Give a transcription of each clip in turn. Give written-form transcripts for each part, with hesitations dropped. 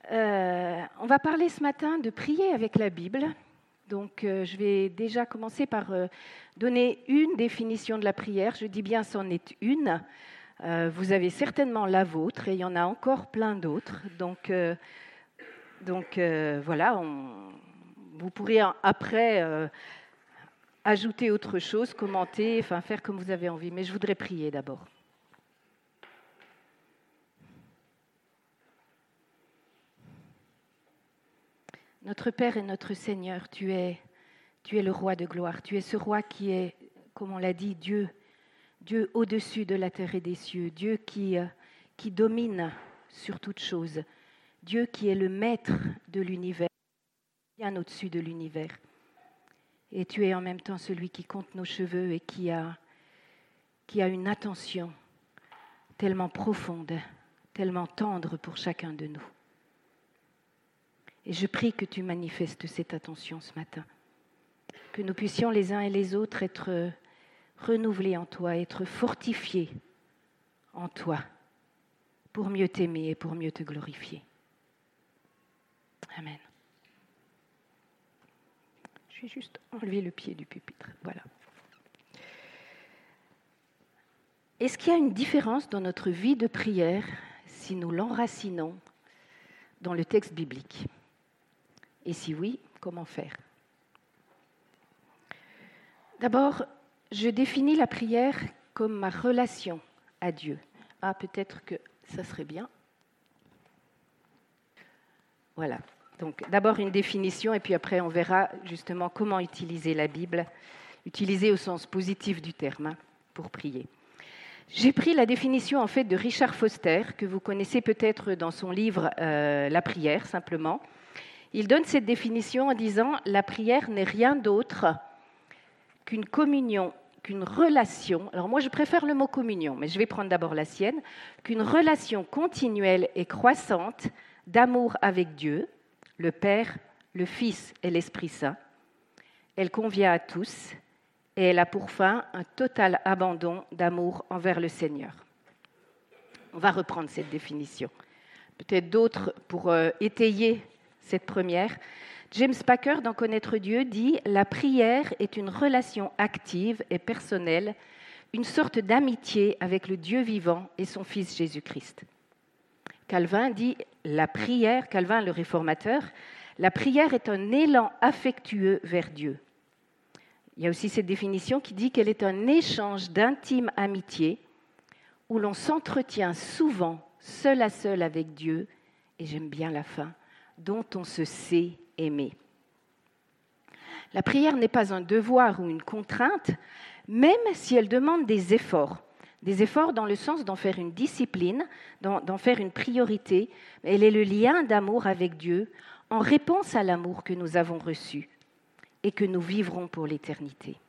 On va parler ce matin de prier avec la Bible. Donc, je vais déjà commencer par donner une définition de la prière. Je dis bien c'en est une. Vous avez certainement la vôtre et il y en a encore plein d'autres. Donc voilà, vous pourrez après ajouter autre chose, commenter, enfin faire comme vous avez envie. Mais je voudrais prier d'abord. Notre Père et notre Seigneur, tu es le roi de gloire. Tu es ce roi qui est, comme on l'a dit, Dieu au-dessus de la terre et des cieux, Dieu qui domine sur toute chose, Dieu qui est le maître de l'univers, bien au-dessus de l'univers. Et tu es en même temps celui qui compte nos cheveux et qui a une attention tellement profonde, tellement tendre pour chacun de nous. Et je prie que tu manifestes cette attention ce matin, que nous puissions les uns et les autres être renouvelés en toi, être fortifiés en toi, pour mieux t'aimer et pour mieux te glorifier. Amen. Je vais juste enlever le pied du pupitre. Voilà. Est-ce qu'il y a une différence dans notre vie de prière si nous l'enracinons dans le texte biblique ? Et si oui, comment faire ? D'abord, je définis la prière comme ma relation à Dieu. Ah, peut-être que ça serait bien. Voilà. Donc, d'abord une définition et puis après on verra justement comment utiliser la Bible, utiliser au sens positif du terme pour prier. J'ai pris la définition en fait de Richard Foster, que vous connaissez peut-être dans son livre La prière, simplement. Il donne cette définition en disant « La prière n'est rien d'autre qu'une communion, qu'une relation ». Alors moi, je préfère le mot « communion », mais je vais prendre d'abord la sienne. « Qu'une relation continuelle et croissante d'amour avec Dieu, le Père, le Fils et l'Esprit Saint. Elle convient à tous et elle a pour fin un total abandon d'amour envers le Seigneur. » On va reprendre cette définition. Peut-être d'autres pour étayer cette première. James Packer, dans Connaître Dieu, dit « La prière est une relation active et personnelle, une sorte d'amitié avec le Dieu vivant et son Fils Jésus-Christ. » Calvin dit « La prière, Calvin le réformateur, la prière est un élan affectueux vers Dieu. » Il y a aussi cette définition qui dit qu'elle est un échange d'intime amitié où l'on s'entretient souvent seul à seul avec Dieu, et j'aime bien la fin, dont on se sait aimer. La prière n'est pas un devoir ou une contrainte, même si elle demande des efforts dans le sens d'en faire une discipline, d'en faire une priorité. Elle est le lien d'amour avec Dieu en réponse à l'amour que nous avons reçu et que nous vivrons pour l'éternité.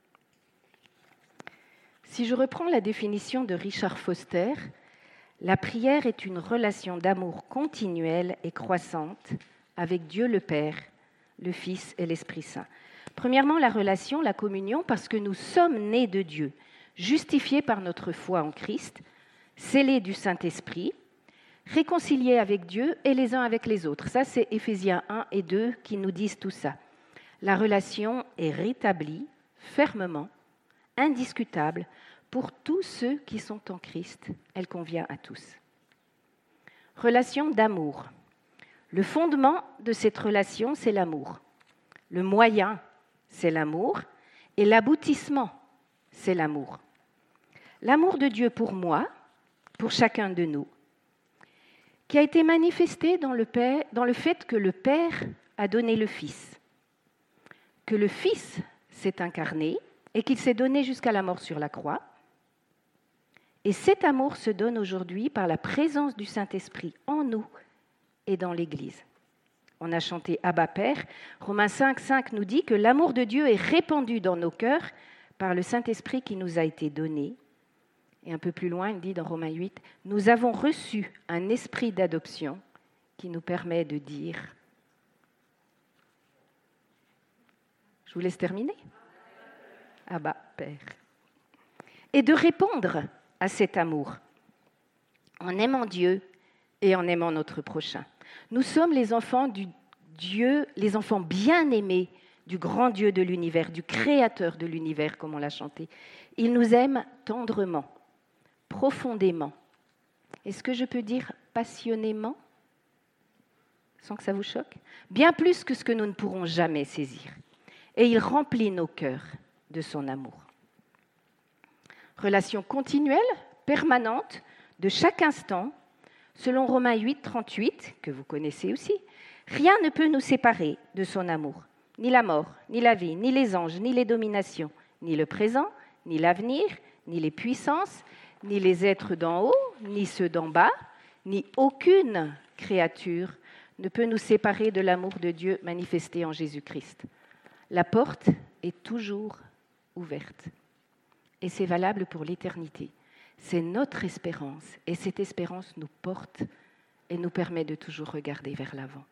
Si je reprends la définition de Richard Foster, la prière est une relation d'amour continuelle et croissante avec Dieu le Père, le Fils et l'Esprit Saint. Premièrement, la relation, la communion, parce que nous sommes nés de Dieu, justifiés par notre foi en Christ, scellés du Saint-Esprit, réconciliés avec Dieu et les uns avec les autres. Ça, c'est Éphésiens 1 et 2 qui nous disent tout ça. La relation est rétablie fermement, indiscutable, pour tous ceux qui sont en Christ. Elle convient à tous. Relation d'amour. Le fondement de cette relation, c'est l'amour. Le moyen, c'est l'amour. Et l'aboutissement, c'est l'amour. L'amour de Dieu pour moi, pour chacun de nous, qui a été manifesté dans le fait que le Père a donné le Fils, que le Fils s'est incarné et qu'il s'est donné jusqu'à la mort sur la croix. Et cet amour se donne aujourd'hui par la présence du Saint-Esprit en nous et dans l'Église. On a chanté « Abba Père ». Romains 5,5 nous dit que l'amour de Dieu est répandu dans nos cœurs par le Saint-Esprit qui nous a été donné. Et un peu plus loin, il dit dans Romains 8, « Nous avons reçu un esprit d'adoption qui nous permet de dire... » Je vous laisse terminer. « Abba Père ». Et de répondre à cet amour en aimant Dieu et en aimant notre prochain. Nous sommes les enfants du Dieu, les enfants bien-aimés du grand Dieu de l'univers, du créateur de l'univers, comme on l'a chanté. Il nous aime tendrement, profondément. Est-ce que je peux dire passionnément, sans que ça vous choque? Bien plus que ce que nous ne pourrons jamais saisir. Et il remplit nos cœurs de son amour. Relation continuelle, permanente, de chaque instant, selon Romains 8, 38, que vous connaissez aussi, rien ne peut nous séparer de son amour. Ni la mort, ni la vie, ni les anges, ni les dominations, ni le présent, ni l'avenir, ni les puissances, ni les êtres d'en haut, ni ceux d'en bas, ni aucune créature ne peut nous séparer de l'amour de Dieu manifesté en Jésus-Christ. La porte est toujours ouverte. Et c'est valable pour l'éternité. C'est notre espérance. Et cette espérance nous porte et nous permet de toujours regarder vers l'avant.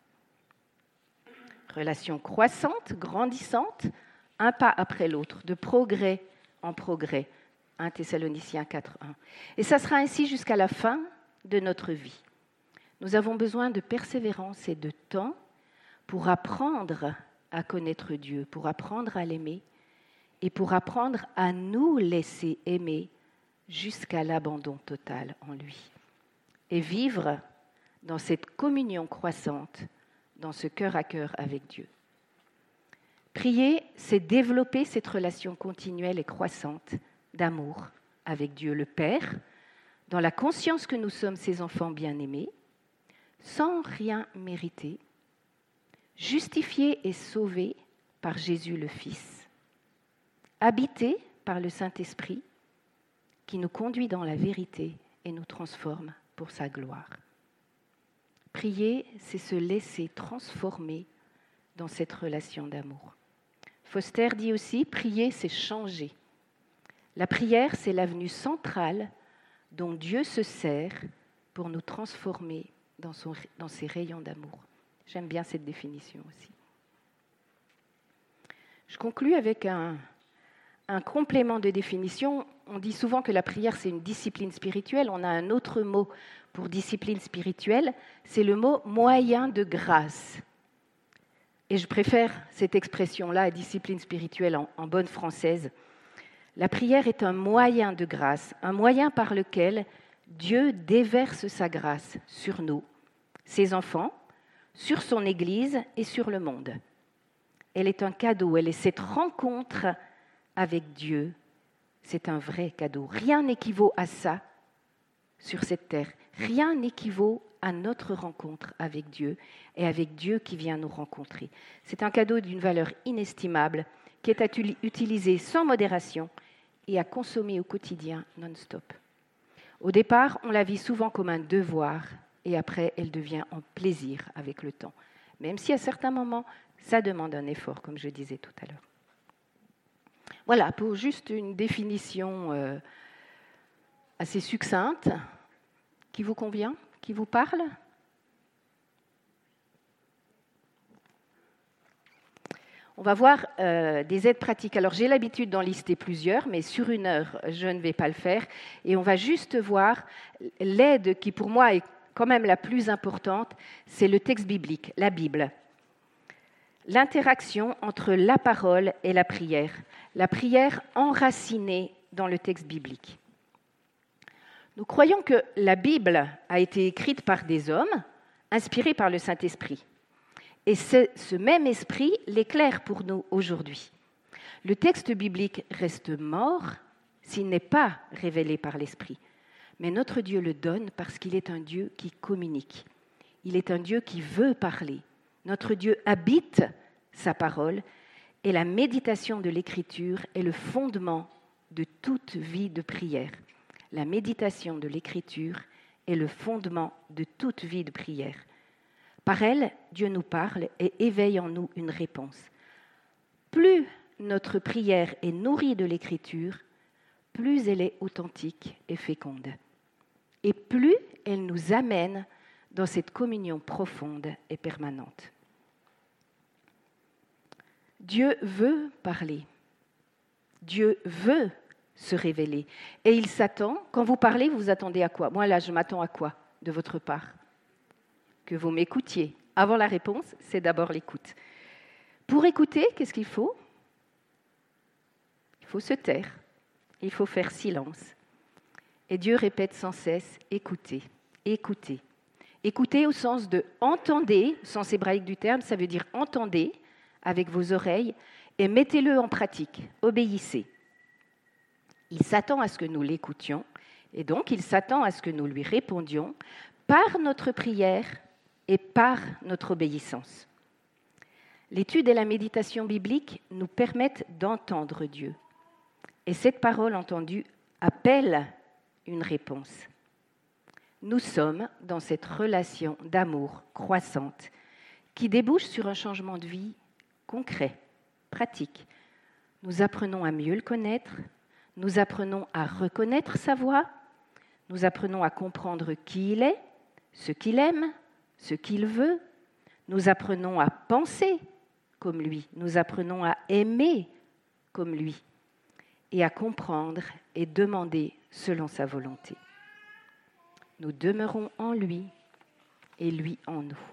Relation croissante, grandissante, un pas après l'autre, de progrès en progrès. 1 Thessaloniciens 4, 1. Et ça sera ainsi jusqu'à la fin de notre vie. Nous avons besoin de persévérance et de temps pour apprendre à connaître Dieu, pour apprendre à l'aimer et pour apprendre à nous laisser aimer jusqu'à l'abandon total en lui. Et vivre dans cette communion croissante, dans ce cœur à cœur avec Dieu. Prier, c'est développer cette relation continuelle et croissante d'amour avec Dieu le Père, dans la conscience que nous sommes ses enfants bien-aimés, sans rien mériter, justifiés et sauvés par Jésus le Fils, habités par le Saint-Esprit, qui nous conduit dans la vérité et nous transforme pour sa gloire. Prier, c'est se laisser transformer dans cette relation d'amour. Foster dit aussi, prier, c'est changer. La prière, c'est l'avenue centrale dont Dieu se sert pour nous transformer dans ses rayons d'amour. J'aime bien cette définition aussi. Je conclus avec un complément de définition. On dit souvent que la prière, c'est une discipline spirituelle. On a un autre mot pour discipline spirituelle, c'est le mot moyen de grâce. Et je préfère cette expression-là à discipline spirituelle en bonne française. La prière est un moyen de grâce, un moyen par lequel Dieu déverse sa grâce sur nous, ses enfants, sur son Église et sur le monde. Elle est un cadeau, elle est cette rencontre avec Dieu. C'est un vrai cadeau. Rien n'équivaut à ça sur cette terre. Rien n'équivaut à notre rencontre avec Dieu et avec Dieu qui vient nous rencontrer. C'est un cadeau d'une valeur inestimable qui est à utiliser sans modération et à consommer au quotidien non-stop. Au départ, on la vit souvent comme un devoir et après, elle devient un plaisir avec le temps. Même si à certains moments, ça demande un effort, comme je disais tout à l'heure. Voilà, pour juste une définition assez succincte, qui vous convient, qui vous parle? On va voir des aides pratiques. Alors, j'ai l'habitude d'en lister plusieurs, mais sur 1 heure, je ne vais pas le faire. Et on va juste voir l'aide qui, pour moi, est quand même la plus importante, c'est le texte biblique, la Bible. L'interaction entre la parole et la prière enracinée dans le texte biblique. Nous croyons que la Bible a été écrite par des hommes, inspirés par le Saint-Esprit. Et ce même esprit l'éclaire pour nous aujourd'hui. Le texte biblique reste mort s'il n'est pas révélé par l'Esprit. Mais notre Dieu le donne parce qu'il est un Dieu qui communique. Il est un Dieu qui veut parler. Notre Dieu habite sa parole et la méditation de l'Écriture est le fondement de toute vie de prière. La méditation de l'Écriture est le fondement de toute vie de prière. Par elle, Dieu nous parle et éveille en nous une réponse. Plus notre prière est nourrie de l'Écriture, plus elle est authentique et féconde. Et plus elle nous amène dans cette communion profonde et permanente. Dieu veut parler. Dieu veut se révéler. Et il s'attend, quand vous parlez, vous vous attendez à quoi? Moi, là, je m'attends à quoi de votre part? que vous m'écoutiez. Avant la réponse, c'est d'abord l'écoute. Pour écouter, qu'est-ce qu'il faut ? Il faut se taire, il faut faire silence. Et Dieu répète sans cesse, écoutez, écoutez. Écoutez au sens de entendez, sens hébraïque du terme, ça veut dire entendez avec vos oreilles et mettez-le en pratique, obéissez. Il s'attend à ce que nous l'écoutions et donc il s'attend à ce que nous lui répondions par notre prière et par notre obéissance. L'étude et la méditation biblique nous permettent d'entendre Dieu. Et cette parole entendue appelle une réponse. Nous sommes dans cette relation d'amour croissante qui débouche sur un changement de vie concret, pratique. Nous apprenons à mieux le connaître, nous apprenons à reconnaître sa voix, nous apprenons à comprendre qui il est, ce qu'il aime, ce qu'il veut, nous apprenons à penser comme lui, nous apprenons à aimer comme lui et à comprendre et demander selon sa volonté. Nous demeurons en lui et lui en nous.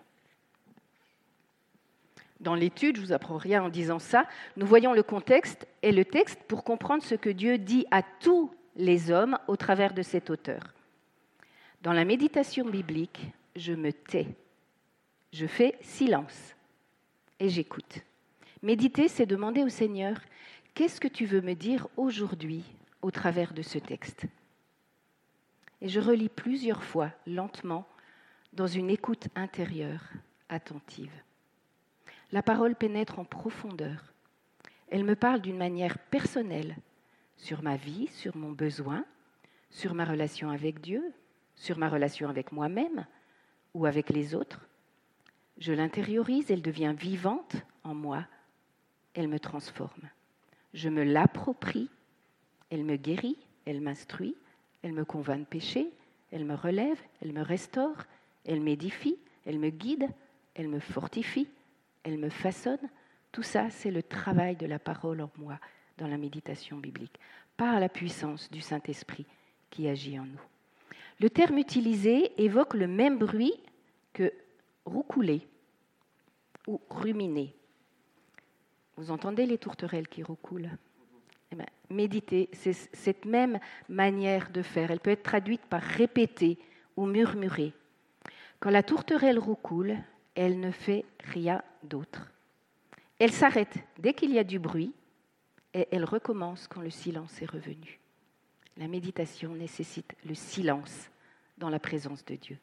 Dans l'étude, je ne vous apprends rien en disant ça, nous voyons le contexte et le texte pour comprendre ce que Dieu dit à tous les hommes au travers de cet auteur. Dans la méditation biblique, je me tais, je fais silence et j'écoute. Méditer, c'est demander au Seigneur, qu'est-ce que tu veux me dire aujourd'hui au travers de ce texte ? Et je relis plusieurs fois, lentement, dans une écoute intérieure, attentive. La parole pénètre en profondeur. Elle me parle d'une manière personnelle sur ma vie, sur mon besoin, sur ma relation avec Dieu, sur ma relation avec moi-même ou avec les autres. Je l'intériorise, elle devient vivante en moi, elle me transforme. Je me l'approprie, elle me guérit, elle m'instruit, elle me convainc de péché, elle me relève, elle me restaure, elle m'édifie, elle me guide, elle me fortifie, elle me façonne. Tout ça, c'est le travail de la parole en moi dans la méditation biblique, par la puissance du Saint-Esprit qui agit en nous. Le terme utilisé évoque le même bruit que roucouler ou ruminer. Vous entendez les tourterelles qui roucoulent ? Eh bien, méditer, c'est cette même manière de faire. Elle peut être traduite par répéter ou murmurer. Quand la tourterelle roucoule, elle ne fait rien d'autre. Elle s'arrête dès qu'il y a du bruit et elle recommence quand le silence est revenu. La méditation nécessite le silence dans la présence de Dieu.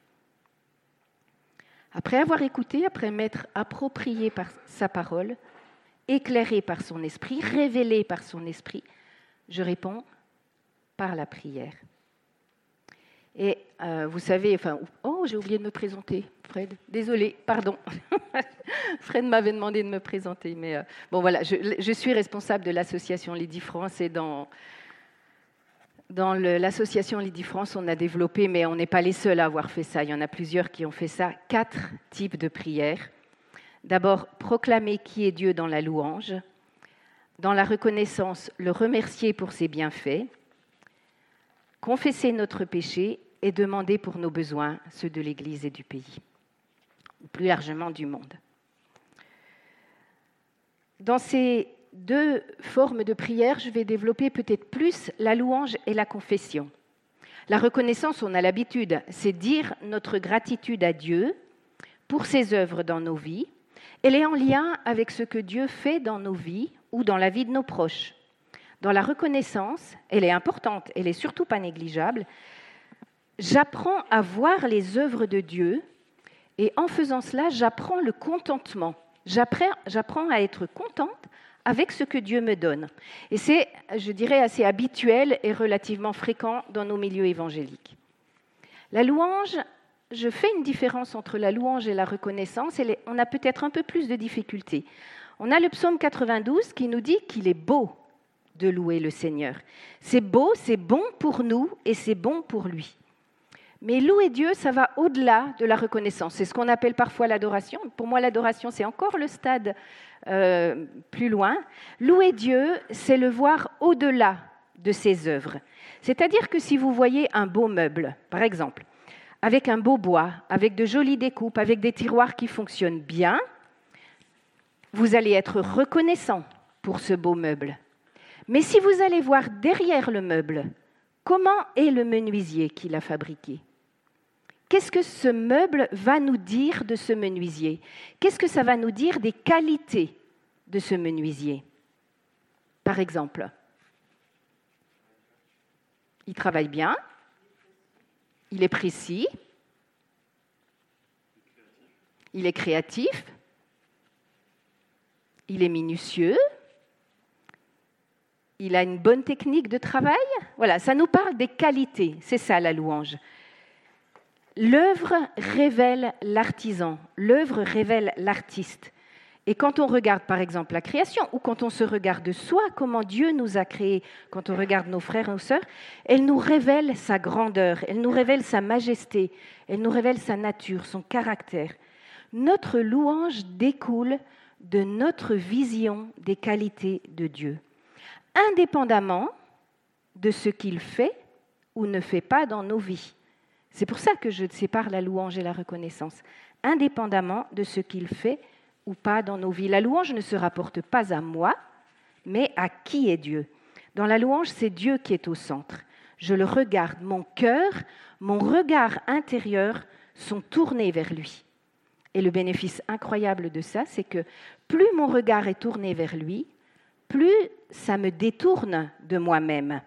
Après avoir écouté, après m'être approprié par sa parole, éclairé par son esprit, révélé par son esprit, je réponds par la prière. Et vous savez, j'ai oublié de me présenter, Fred. Désolée, pardon. Fred m'avait demandé de me présenter, mais voilà, je suis responsable de l'association Lydie France et dans l'association Lydie France, on a développé, mais on n'est pas les seuls à avoir fait ça. Il y en a plusieurs qui ont fait ça. 4 types de prières. D'abord, proclamer qui est Dieu dans la louange. Dans la reconnaissance, le remercier pour ses bienfaits. Confesser notre péché et demander pour nos besoins, ceux de l'Église et du pays, ou plus largement du monde. Dans ces 2 formes de prière, je vais développer peut-être plus la louange et la confession. La reconnaissance, on a l'habitude, c'est dire notre gratitude à Dieu pour ses œuvres dans nos vies. Elle est en lien avec ce que Dieu fait dans nos vies ou dans la vie de nos proches. Dans la reconnaissance, elle est importante, elle n'est surtout pas négligeable. J'apprends à voir les œuvres de Dieu et en faisant cela, j'apprends le contentement. J'apprends à être contente avec ce que Dieu me donne. Et c'est, je dirais, assez habituel et relativement fréquent dans nos milieux évangéliques. La louange, je fais une différence entre la louange et la reconnaissance. On a peut-être un peu plus de difficultés. On a le psaume 92 qui nous dit qu'il est beau de louer le Seigneur. C'est beau, c'est bon pour nous et c'est bon pour lui. Mais louer Dieu, ça va au-delà de la reconnaissance. C'est ce qu'on appelle parfois l'adoration. Pour moi, l'adoration, c'est encore le stade plus loin. Louer Dieu, c'est le voir au-delà de ses œuvres. C'est-à-dire que si vous voyez un beau meuble, par exemple, avec un beau bois, avec de jolies découpes, avec des tiroirs qui fonctionnent bien, vous allez être reconnaissant pour ce beau meuble. Mais si vous allez voir derrière le meuble, comment est le menuisier qui l'a fabriqué ? Qu'est-ce que ce meuble va nous dire de ce menuisier ? Qu'est-ce que ça va nous dire des qualités de ce menuisier ? Par exemple, il travaille bien, il est précis, il est créatif, il est minutieux, il a une bonne technique de travail. Voilà, ça nous parle des qualités, c'est ça la louange. L'œuvre révèle l'artisan, l'œuvre révèle l'artiste. Et quand on regarde par exemple la création, ou quand on se regarde soi, comment Dieu nous a créés, quand on regarde nos frères et nos sœurs, elle nous révèle sa grandeur, elle nous révèle sa majesté, elle nous révèle sa nature, son caractère. Notre louange découle de notre vision des qualités de Dieu, indépendamment de ce qu'il fait ou ne fait pas dans nos vies. C'est pour ça que je sépare la louange et la reconnaissance, indépendamment de ce qu'il fait ou pas dans nos vies. La louange ne se rapporte pas à moi, mais à qui est Dieu. Dans la louange, c'est Dieu qui est au centre. Je le regarde, mon cœur, mon regard intérieur sont tournés vers lui. Et le bénéfice incroyable de ça, c'est que plus mon regard est tourné vers lui, plus ça me détourne de moi-même.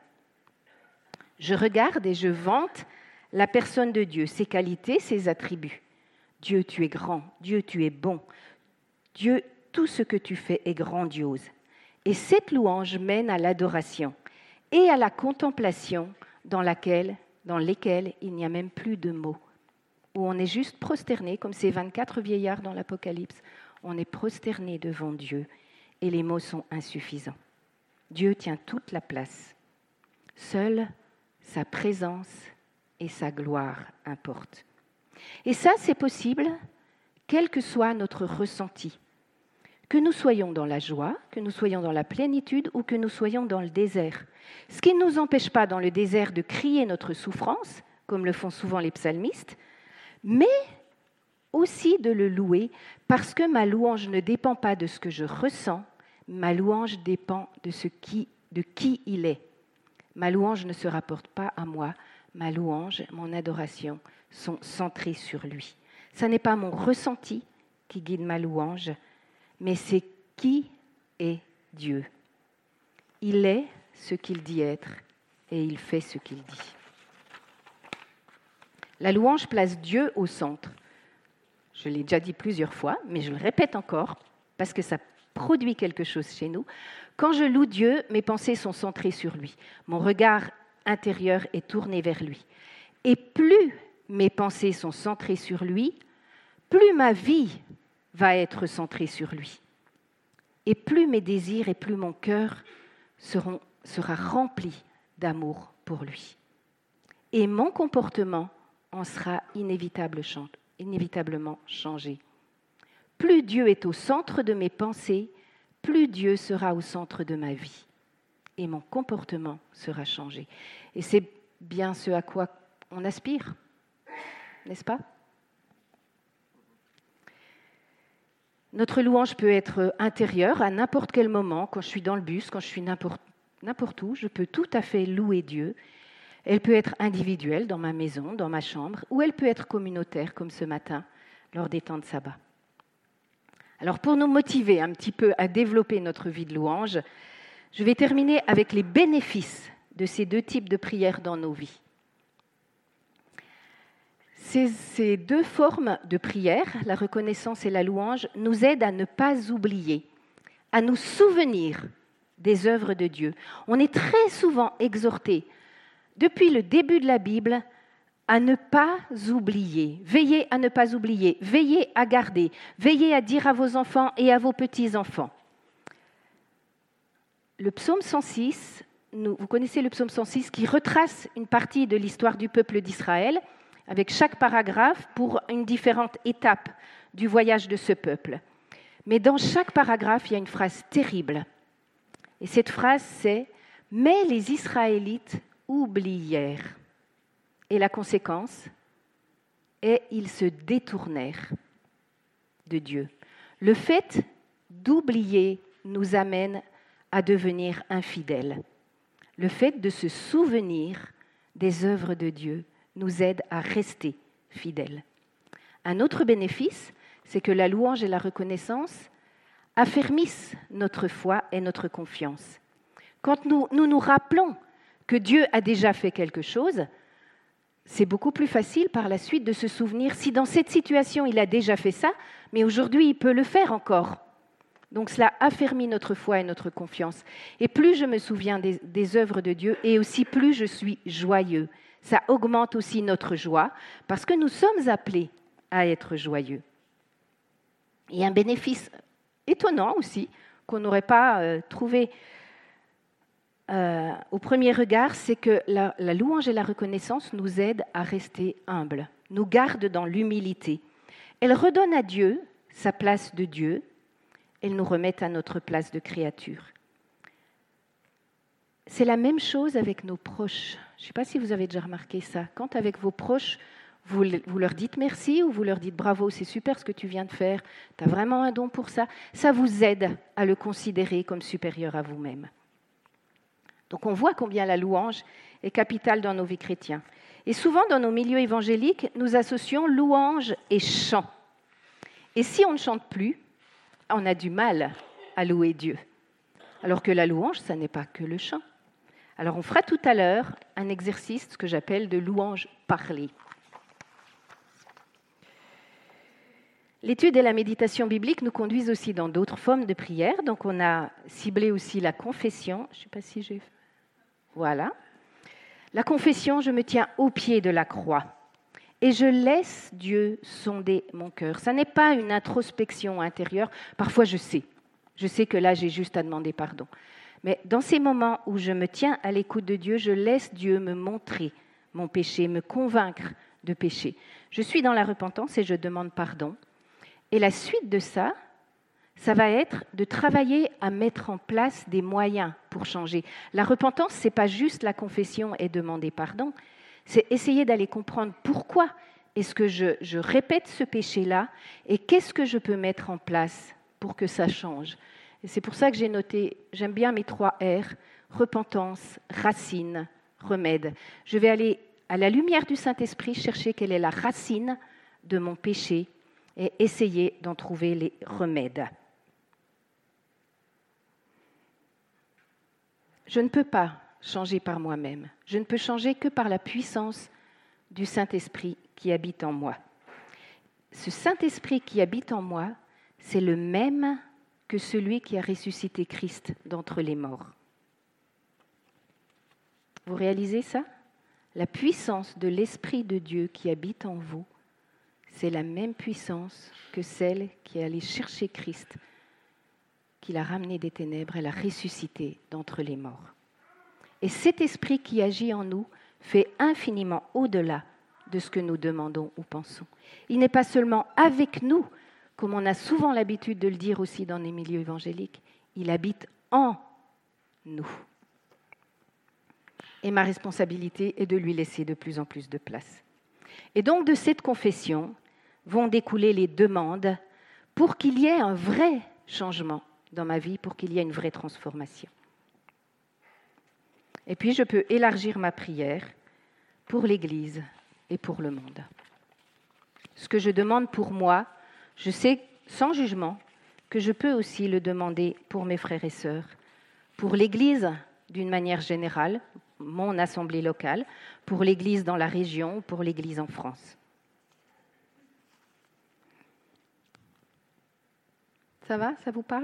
Je regarde et je vante la personne de Dieu, ses qualités, ses attributs. Dieu, tu es grand. Dieu, tu es bon. Dieu, tout ce que tu fais est grandiose. Et cette louange mène à l'adoration et à la contemplation dans lesquelles il n'y a même plus de mots, où on est juste prosterné, comme ces 24 vieillards dans l'Apocalypse. On est prosterné devant Dieu et les mots sont insuffisants. Dieu tient toute la place. Seule sa présence et sa gloire importent. Et ça, c'est possible, quel que soit notre ressenti. Que nous soyons dans la joie, que nous soyons dans la plénitude ou que nous soyons dans le désert. Ce qui ne nous empêche pas dans le désert de crier notre souffrance, comme le font souvent les psalmistes, mais aussi de le louer, parce que ma louange ne dépend pas de ce que je ressens, ma louange dépend de qui il est. Ma louange ne se rapporte pas à moi, ma louange, mon adoration sont centrées sur lui. Ce n'est pas mon ressenti qui guide ma louange, mais c'est qui est Dieu. Il est ce qu'il dit être et il fait ce qu'il dit. La louange place Dieu au centre. Je l'ai déjà dit plusieurs fois, mais je le répète encore parce que ça produit quelque chose chez nous. Quand je loue Dieu, mes pensées sont centrées sur lui. Mon regard intérieur est tourné vers lui. Et plus mes pensées sont centrées sur lui, plus ma vie va être centrée sur lui. Et plus mes désirs et plus mon cœur sera rempli d'amour pour lui. Et mon comportement en sera inévitablement changé. Plus Dieu est au centre de mes pensées, plus Dieu sera au centre de ma vie. Et mon comportement sera changé. Et c'est bien ce à quoi on aspire, n'est-ce pas ? Notre louange peut être intérieure à n'importe quel moment, quand je suis dans le bus, quand je suis n'importe où, je peux tout à fait louer Dieu. Elle peut être individuelle dans ma maison, dans ma chambre, ou elle peut être communautaire, comme ce matin, lors des temps de sabbat. Alors pour nous motiver un petit peu à développer notre vie de louange, je vais terminer avec les bénéfices de ces deux types de prières dans nos vies. Ces deux formes de prière, la reconnaissance et la louange, nous aident à ne pas oublier, à nous souvenir des œuvres de Dieu. On est très souvent exhortés, depuis le début de la Bible, à ne pas oublier. Veillez à ne pas oublier, veillez à garder, veillez à dire à vos enfants et à vos petits-enfants. Le psaume 106, vous connaissez le psaume 106 qui retrace une partie de l'histoire du peuple d'Israël, avec chaque paragraphe pour une différente étape du voyage de ce peuple. Mais dans chaque paragraphe, il y a une phrase terrible. Et cette phrase, c'est « Mais les Israélites oublièrent ». Et la conséquence, et ils se détournèrent de Dieu. Le fait d'oublier nous amène à devenir infidèles. Le fait de se souvenir des œuvres de Dieu nous aide à rester fidèles. Un autre bénéfice, c'est que la louange et la reconnaissance affermissent notre foi et notre confiance. Quand nous rappelons que Dieu a déjà fait quelque chose, c'est beaucoup plus facile par la suite de se souvenir si dans cette situation il a déjà fait ça, mais aujourd'hui il peut le faire encore. Donc cela affermit notre foi et notre confiance. Et plus je me souviens des œuvres de Dieu, et aussi plus je suis joyeux. Ça augmente aussi notre joie, parce que nous sommes appelés à être joyeux. Et un bénéfice étonnant aussi, qu'on n'aurait pas trouvé au premier regard, c'est que la louange et la reconnaissance nous aident à rester humbles, nous gardent dans l'humilité. Elles redonnent à Dieu sa place de Dieu, elles nous remettent à notre place de créature. C'est la même chose avec nos proches. Je ne sais pas si vous avez déjà remarqué ça. Quand avec vos proches, vous leur dites merci ou vous leur dites bravo, c'est super ce que tu viens de faire, tu as vraiment un don pour ça, ça vous aide à le considérer comme supérieur à vous-même. Donc on voit combien la louange est capitale dans nos vies chrétiennes. Et souvent dans nos milieux évangéliques, nous associons louange et chant. Et si on ne chante plus, on a du mal à louer Dieu. Alors que la louange, ça n'est pas que le chant. Alors on fera tout à l'heure un exercice que j'appelle de louange parlée. L'étude et la méditation biblique nous conduisent aussi dans d'autres formes de prière. Donc on a ciblé aussi la confession. Je ne sais pas si j'ai... Voilà. La confession, je me tiens au pied de la croix et je laisse Dieu sonder mon cœur. Ça n'est pas une introspection intérieure. Parfois, je sais que là, j'ai juste à demander pardon. Mais dans ces moments où je me tiens à l'écoute de Dieu, je laisse Dieu me montrer mon péché, me convaincre de péché. Je suis dans la repentance et je demande pardon. Et la suite de ça, ça va être de travailler à mettre en place des moyens pour changer. La repentance, ce n'est pas juste la confession et demander pardon, c'est essayer d'aller comprendre pourquoi est-ce que je répète ce péché-là et qu'est-ce que je peux mettre en place pour que ça change. Et c'est pour ça que j'ai noté, j'aime bien mes 3 R, repentance, racine, remède. Je vais aller à la lumière du Saint-Esprit chercher quelle est la racine de mon péché et essayer d'en trouver les remèdes. Je ne peux pas changer par moi-même. Je ne peux changer que par la puissance du Saint-Esprit qui habite en moi. Ce Saint-Esprit qui habite en moi, c'est le même que celui qui a ressuscité Christ d'entre les morts. Vous réalisez ça ? La puissance de l'Esprit de Dieu qui habite en vous, c'est la même puissance que celle qui est allée chercher Christ, qui l'a ramené des ténèbres et l'a ressuscité d'entre les morts. Et cet esprit qui agit en nous fait infiniment au-delà de ce que nous demandons ou pensons. Il n'est pas seulement avec nous, comme on a souvent l'habitude de le dire aussi dans les milieux évangéliques, il habite en nous. Et ma responsabilité est de lui laisser de plus en plus de place. Et donc de cette confession vont découler les demandes pour qu'il y ait un vrai changement dans ma vie, pour qu'il y ait une vraie transformation. Et puis je peux élargir ma prière pour l'Église et pour le monde. Ce que je demande pour moi, je sais sans jugement que je peux aussi le demander pour mes frères et sœurs, pour l'Église d'une manière générale, mon assemblée locale, pour l'Église dans la région, pour l'Église en France. Ça va ? Ça vous parle ?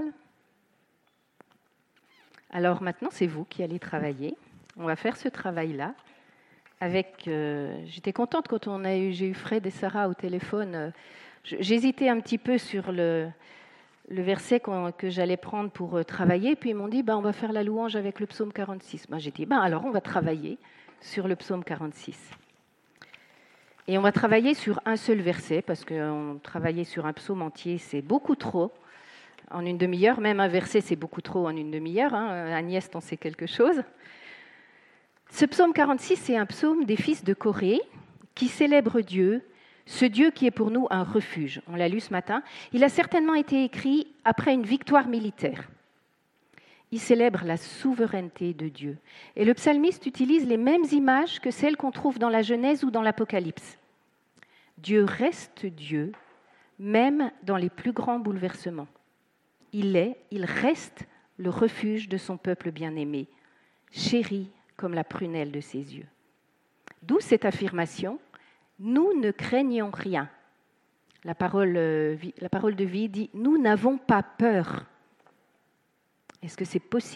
Alors maintenant, c'est vous qui allez travailler. On va faire ce travail-là. J'étais contente quand j'ai eu Fred et Sarah au téléphone. J'hésitais un petit peu sur le verset que j'allais prendre pour travailler. Puis ils m'ont dit, on va faire la louange avec le psaume 46. J'ai dit, alors on va travailler sur le psaume 46. Et on va travailler sur un seul verset, parce que travailler sur un psaume entier, c'est beaucoup trop en une demi-heure. Même un verset, c'est beaucoup trop en une demi-heure. Agnès, t'en sais quelque chose. Ce psaume 46, c'est un psaume des fils de Corée qui célèbrent Dieu ce Dieu qui est pour nous un refuge. On l'a lu ce matin. Il a certainement été écrit après une victoire militaire. Il célèbre la souveraineté de Dieu. Et le psalmiste utilise les mêmes images que celles qu'on trouve dans la Genèse ou dans l'Apocalypse. Dieu reste Dieu, même dans les plus grands bouleversements. Il reste le refuge de son peuple bien-aimé, chéri comme la prunelle de ses yeux. D'où cette affirmation, nous ne craignons rien. La parole de vie dit, nous n'avons pas peur. Est-ce que c'est possible ?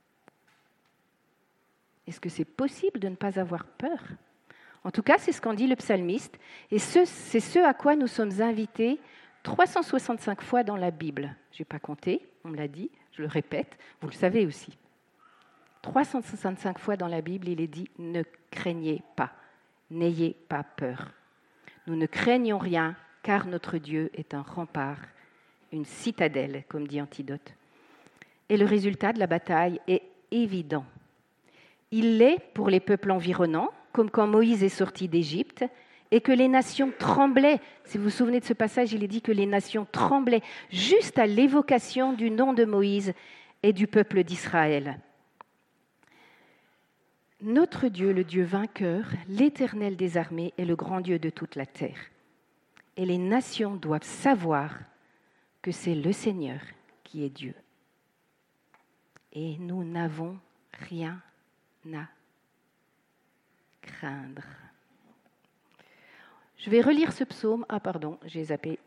Est-ce que c'est possible de ne pas avoir peur ? En tout cas, c'est ce qu'en dit le psalmiste, et c'est ce à quoi nous sommes invités 365 fois dans la Bible. Je n'ai pas compté, on me l'a dit, je le répète, vous le savez aussi. 365 fois dans la Bible, il est dit « ne craignez pas, n'ayez pas peur ». Nous ne craignons rien, car notre Dieu est un rempart, une citadelle, comme dit Antidote. Et le résultat de la bataille est évident. Il l'est pour les peuples environnants, comme quand Moïse est sorti d'Égypte, et que les nations tremblaient. Si vous vous souvenez de ce passage, il est dit que les nations tremblaient juste à l'évocation du nom de Moïse et du peuple d'Israël. Notre Dieu, le Dieu vainqueur, l'Éternel des armées, est le grand Dieu de toute la terre. Et les nations doivent savoir que c'est le Seigneur qui est Dieu. Et nous n'avons rien à craindre. Je vais relire ce psaume. Ah pardon, j'ai zappé.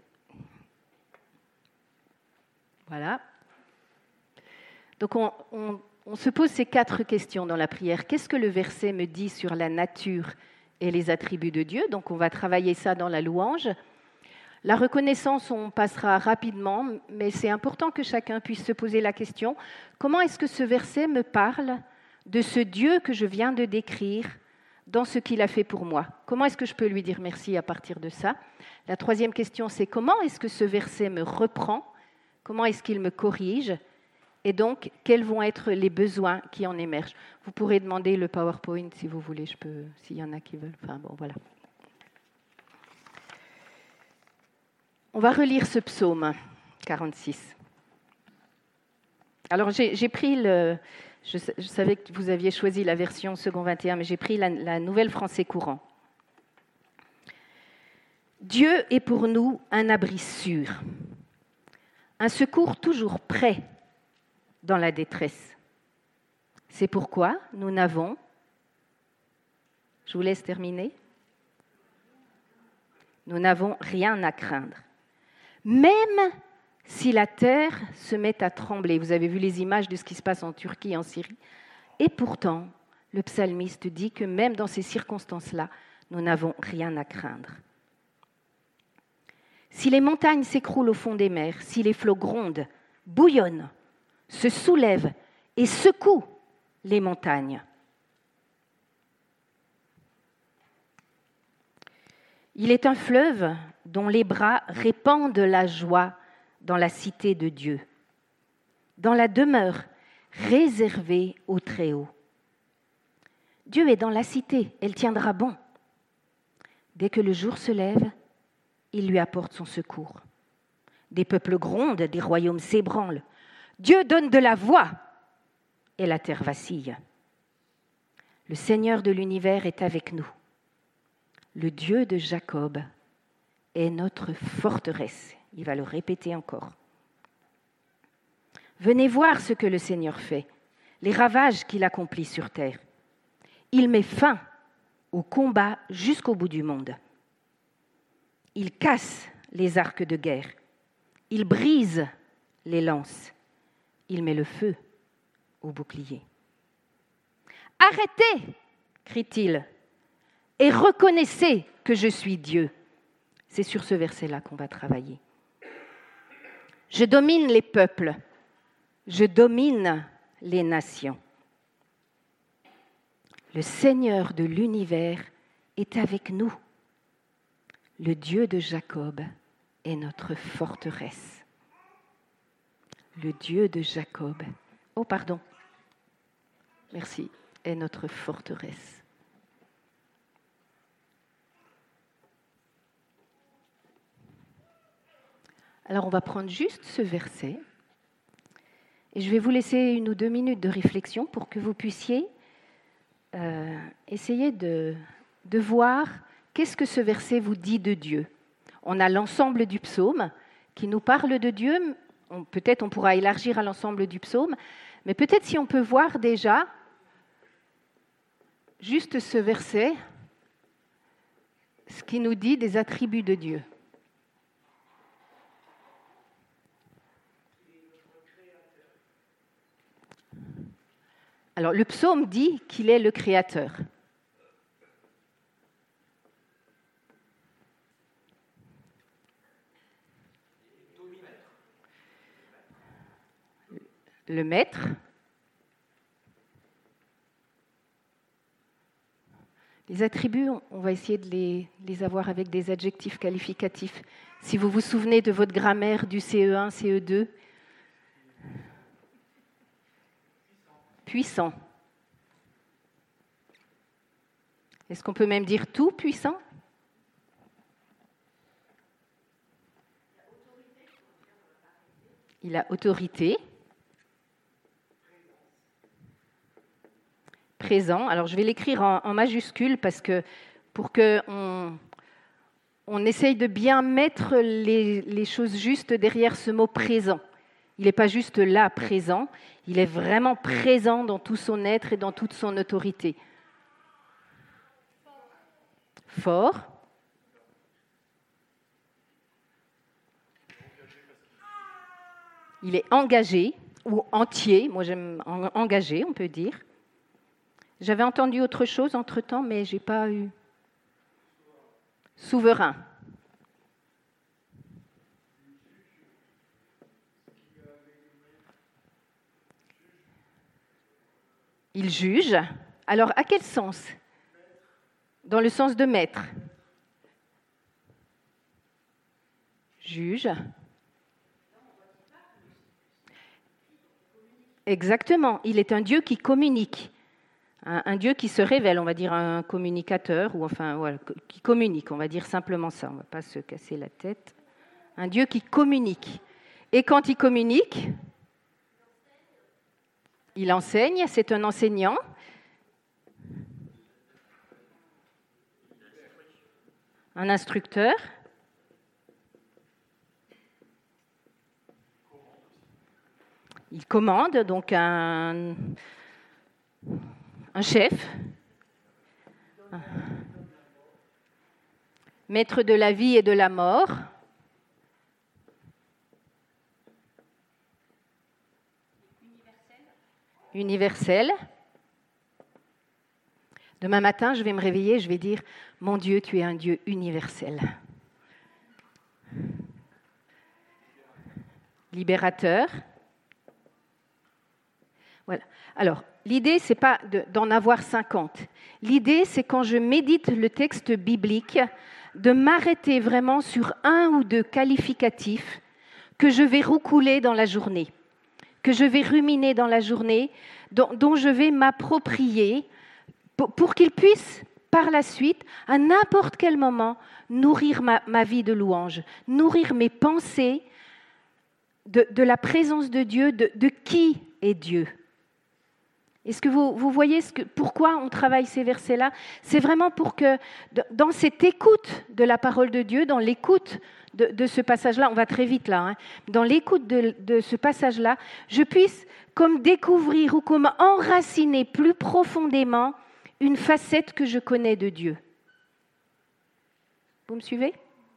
Voilà. Donc on se pose ces 4 questions dans la prière. Qu'est-ce que le verset me dit sur la nature et les attributs de Dieu ? Donc on va travailler ça dans la louange. La reconnaissance, on passera rapidement, mais c'est important que chacun puisse se poser la question, comment est-ce que ce verset me parle de ce Dieu que je viens de décrire dans ce qu'il a fait pour moi ? Comment est-ce que je peux lui dire merci à partir de ça ? La 3e question, c'est comment est-ce que ce verset me reprend ? Comment est-ce qu'il me corrige ? Et donc, quels vont être les besoins qui en émergent ? Vous pourrez demander le PowerPoint si vous voulez, s'il y en a qui veulent. Enfin bon, voilà. On va relire ce psaume 46. Alors, j'ai pris je savais que vous aviez choisi la version second 21, mais j'ai pris la Nouvelle Français courant. Dieu est pour nous un abri sûr, un secours toujours prêt dans la détresse. C'est pourquoi nous n'avons, je vous laisse terminer, nous n'avons rien à craindre. Même si la terre se met à trembler. Vous avez vu les images de ce qui se passe en Turquie et en Syrie. Et pourtant, le psalmiste dit que même dans ces circonstances-là, nous n'avons rien à craindre. Si les montagnes s'écroulent au fond des mers, si les flots grondent, bouillonnent, se soulèvent et secouent les montagnes, il est un fleuve dont les bras répandent la joie dans la cité de Dieu, dans la demeure réservée au Très-Haut. Dieu est dans la cité, elle tiendra bon. Dès que le jour se lève, il lui apporte son secours. Des peuples grondent, des royaumes s'ébranlent. Dieu donne de la voix et la terre vacille. Le Seigneur de l'univers est avec nous. Le Dieu de Jacob est notre forteresse. Il va le répéter encore. Venez voir ce que le Seigneur fait, les ravages qu'il accomplit sur terre. Il met fin au combat jusqu'au bout du monde. Il casse les arcs de guerre. Il brise les lances. Il met le feu au bouclier. Arrêtez, crie-t-il, et reconnaissez que je suis Dieu. C'est sur ce verset-là qu'on va travailler. Je domine les peuples, je domine les nations. Le Seigneur de l'univers est avec nous. Le Dieu de Jacob est notre forteresse. Le Dieu de Jacob, merci, est notre forteresse. Alors on va prendre juste ce verset et je vais vous laisser 1 ou 2 minutes de réflexion pour que vous puissiez essayer de voir qu'est-ce que ce verset vous dit de Dieu. On a l'ensemble du psaume qui nous parle de Dieu. Peut-être on pourra élargir à l'ensemble du psaume, mais peut-être si on peut voir déjà juste ce verset, ce qui nous dit des attributs de Dieu. Alors, le psaume dit qu'il est le Créateur. Le maître. Les attributs, on va essayer de les avoir avec des adjectifs qualificatifs. Si vous vous souvenez de votre grammaire du CE1, CE2, puissant. Est-ce qu'on peut même dire tout puissant ? Il a autorité. Présent. Alors, je vais l'écrire en majuscule parce que pour qu'on essaye de bien mettre les choses justes derrière ce mot présent. Il n'est pas juste là, présent, il est vraiment présent dans tout son être et dans toute son autorité. Fort. Il est engagé, ou entier, moi j'aime engagé, on peut dire. J'avais entendu autre chose entre-temps, mais je n'ai pas eu. Souverain. Il juge. Alors, à quel sens ? Dans le sens de maître. Juge. Exactement. Il est un Dieu qui communique. Un Dieu qui se révèle, on va dire un communicateur, ou enfin, voilà, qui communique, on va dire simplement ça, on ne va pas se casser la tête. Un Dieu qui communique. Et quand il communique, il enseigne, c'est un enseignant. Un instructeur. Il commande, donc un chef. Maître de la vie et de la mort. Universel. Demain matin, je vais me réveiller, je vais dire « Mon Dieu, tu es un Dieu universel. » Libérateur. Voilà. Alors, l'idée, ce n'est pas d'en avoir 50. L'idée, c'est quand je médite le texte biblique, de m'arrêter vraiment sur 1 ou 2 qualificatifs que je vais roucouler dans la journée, que je vais ruminer dans la journée, dont je vais m'approprier pour qu'ils puissent, par la suite, à n'importe quel moment, nourrir ma vie de louange, nourrir mes pensées de la présence de Dieu, de qui est Dieu. Est-ce que vous voyez pourquoi on travaille ces versets-là ? C'est vraiment pour que, dans cette écoute de la parole de Dieu, dans l'écoute de ce passage-là, on va très vite là, dans l'écoute de ce passage-là, je puisse comme découvrir ou comme enraciner plus profondément une facette que je connais de Dieu. Vous me suivez ?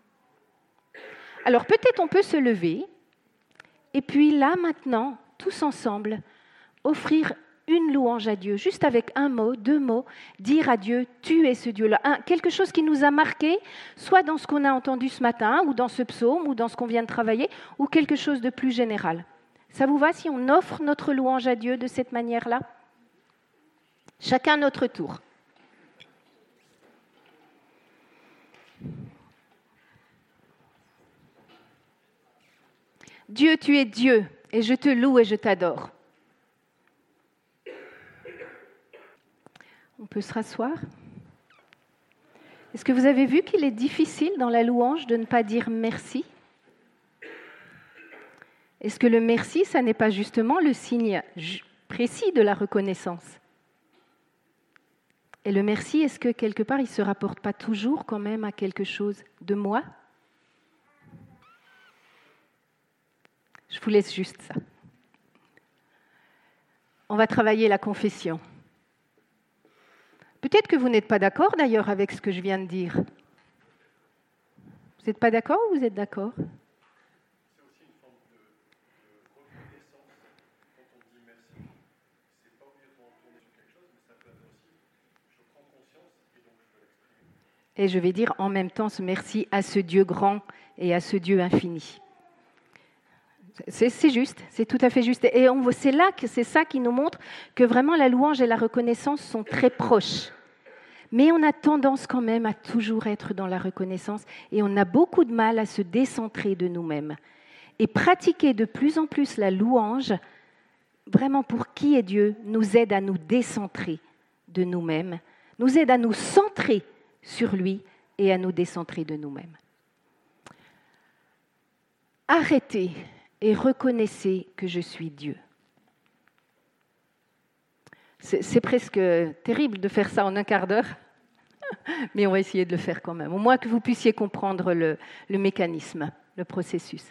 Alors peut-être on peut se lever et puis là maintenant, tous ensemble, offrir une louange à Dieu, juste avec 1 mot, 2 mots, dire à Dieu, tu es ce Dieu-là. Quelque chose qui nous a marqué, soit dans ce qu'on a entendu ce matin, ou dans ce psaume, ou dans ce qu'on vient de travailler, ou quelque chose de plus général. Ça vous va si on offre notre louange à Dieu de cette manière-là ? Chacun notre tour. Dieu, tu es Dieu, et je te loue et je t'adore. On peut se rasseoir. Est-ce que vous avez vu qu'il est difficile dans la louange de ne pas dire merci ? Est-ce que le merci, ça n'est pas justement le signe précis de la reconnaissance? Et le merci, est-ce que quelque part, il ne se rapporte pas toujours quand même à quelque chose de moi? Je vous laisse juste ça. On va travailler la confession. Peut-être que vous n'êtes pas d'accord d'ailleurs avec ce que je viens de dire. Vous n'êtes pas d'accord ou vous êtes d'accord? C'est aussi une forme de reconnaissance quand on dit merci. C'est pas obligatoirement tourner sur quelque chose, mais ça peut être aussi je prends conscience et donc je veux l'exprimer. Et je vais dire en même temps ce merci à ce Dieu grand et à ce Dieu infini. C'est juste, c'est tout à fait juste. Et c'est ça qui nous montre que vraiment la louange et la reconnaissance sont très proches. Mais on a tendance quand même à toujours être dans la reconnaissance et on a beaucoup de mal à se décentrer de nous-mêmes. Et pratiquer de plus en plus la louange, vraiment pour qui est Dieu, nous aide à nous décentrer de nous-mêmes, nous aide à nous centrer sur lui et à nous décentrer de nous-mêmes. Arrêtez et reconnaissez que je suis Dieu. C'est presque terrible de faire ça en un quart d'heure, mais on va essayer de le faire quand même, au moins que vous puissiez comprendre le mécanisme, le processus.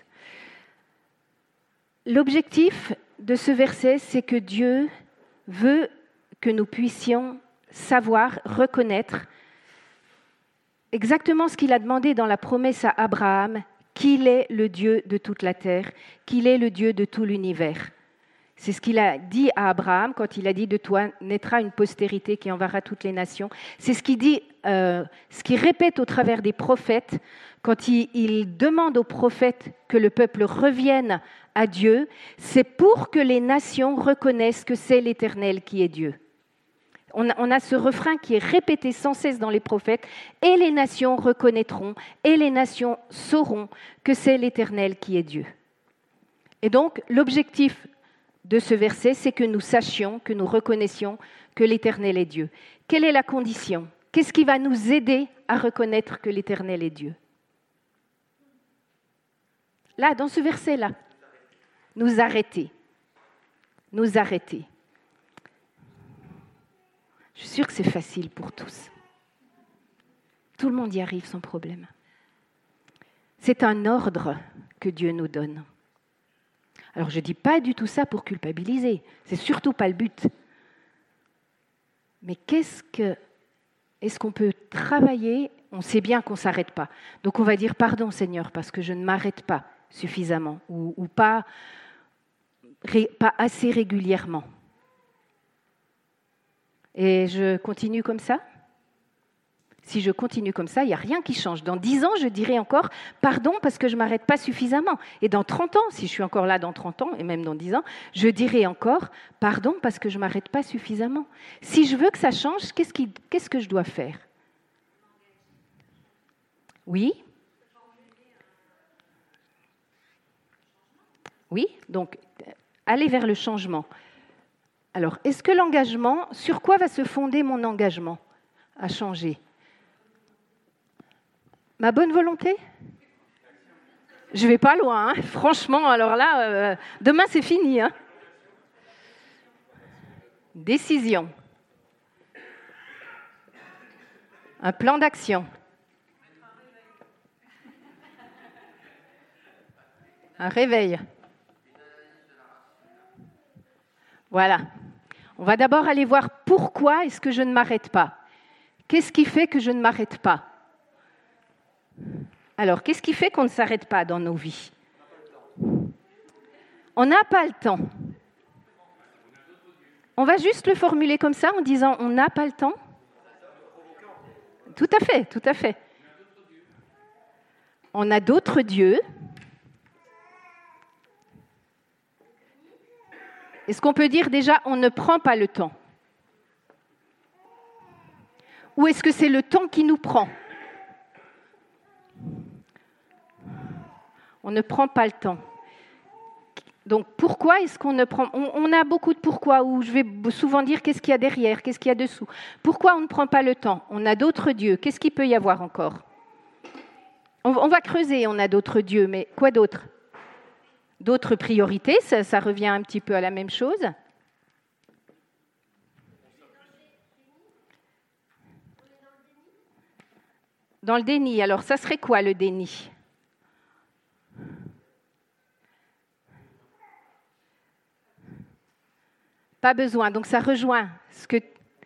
L'objectif de ce verset, c'est que Dieu veut que nous puissions savoir, reconnaître exactement ce qu'il a demandé dans la promesse à Abraham, qu'il est le Dieu de toute la terre, qu'il est le Dieu de tout l'univers. C'est ce qu'il a dit à Abraham quand il a dit « De toi naîtra une postérité qui enverra toutes les nations ». C'est ce qu'il dit, ce qu'il répète au travers des prophètes quand il demande aux prophètes que le peuple revienne à Dieu. C'est pour que les nations reconnaissent que c'est l'Éternel qui est Dieu. On a ce refrain qui est répété sans cesse dans les prophètes « Et les nations reconnaîtront, et les nations sauront que c'est l'Éternel qui est Dieu ». Et donc, l'objectif de ce verset, c'est que nous sachions, que nous reconnaissions que l'Éternel est Dieu. Quelle est la condition? Qu'est-ce qui va nous aider à reconnaître que l'Éternel est Dieu? Là, dans ce verset-là, nous arrêter. Nous arrêter. Je suis sûre que c'est facile pour tous. Tout le monde y arrive sans problème. C'est un ordre que Dieu nous donne. Alors, je ne dis pas du tout ça pour culpabiliser. C'est surtout pas le but. Mais est-ce qu'on peut travailler? On sait bien qu'on ne s'arrête pas. Donc, on va dire pardon, Seigneur, parce que je ne m'arrête pas suffisamment ou pas assez régulièrement. Et je continue comme ça? Si je continue comme ça, il n'y a rien qui change. Dans 10 ans, je dirai encore pardon parce que je ne m'arrête pas suffisamment. Et dans 30 ans, si je suis encore là dans 30 ans, et même dans 10 ans, je dirai encore pardon parce que je ne m'arrête pas suffisamment. Si je veux que ça change, qu'est-ce que je dois faire? Oui? Oui, donc aller vers le changement. Alors, est-ce que l'engagement, sur quoi va se fonder mon engagement à changer? Ma bonne volonté? Je ne vais pas loin, hein. Franchement, alors là, demain c'est fini. Hein. Décision. Un plan d'action. Un réveil. Voilà. On va d'abord aller voir pourquoi est-ce que je ne m'arrête pas. Qu'est-ce qui fait que je ne m'arrête pas? Alors, qu'est-ce qui fait qu'on ne s'arrête pas dans nos vies? On n'a pas le temps. On va juste le formuler comme ça en disant on n'a pas le temps? Tout à fait, tout à fait. On a d'autres dieux. Est-ce qu'on peut dire déjà on ne prend pas le temps? Ou est-ce que c'est le temps qui nous prend? On ne prend pas le temps. Donc pourquoi est-ce qu'on ne prend... On a beaucoup de pourquoi, où je vais souvent dire qu'est-ce qu'il y a derrière, qu'est-ce qu'il y a dessous. Pourquoi on ne prend pas le temps? On a d'autres dieux. Qu'est-ce qu'il peut y avoir encore? On va creuser, on a d'autres dieux, mais quoi d'autre? D'autres priorités, ça revient un petit peu à la même chose. Dans le déni, alors ça serait quoi le déni ? Pas besoin, donc ça rejoint ce que...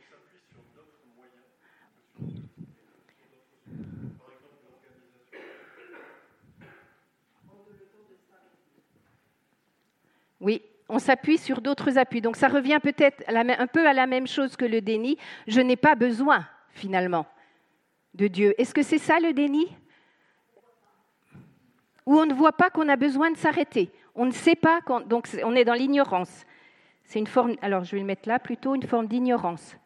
Oui, on s'appuie sur d'autres appuis. Donc ça revient peut-être un peu à la même chose que le déni. Je n'ai pas besoin, finalement, de Dieu. Est-ce que c'est ça le déni ? Où on ne voit pas qu'on a besoin de s'arrêter. On ne sait pas, donc on est dans l'ignorance. C'est une forme, alors je vais le mettre là, plutôt une forme d'ignorance.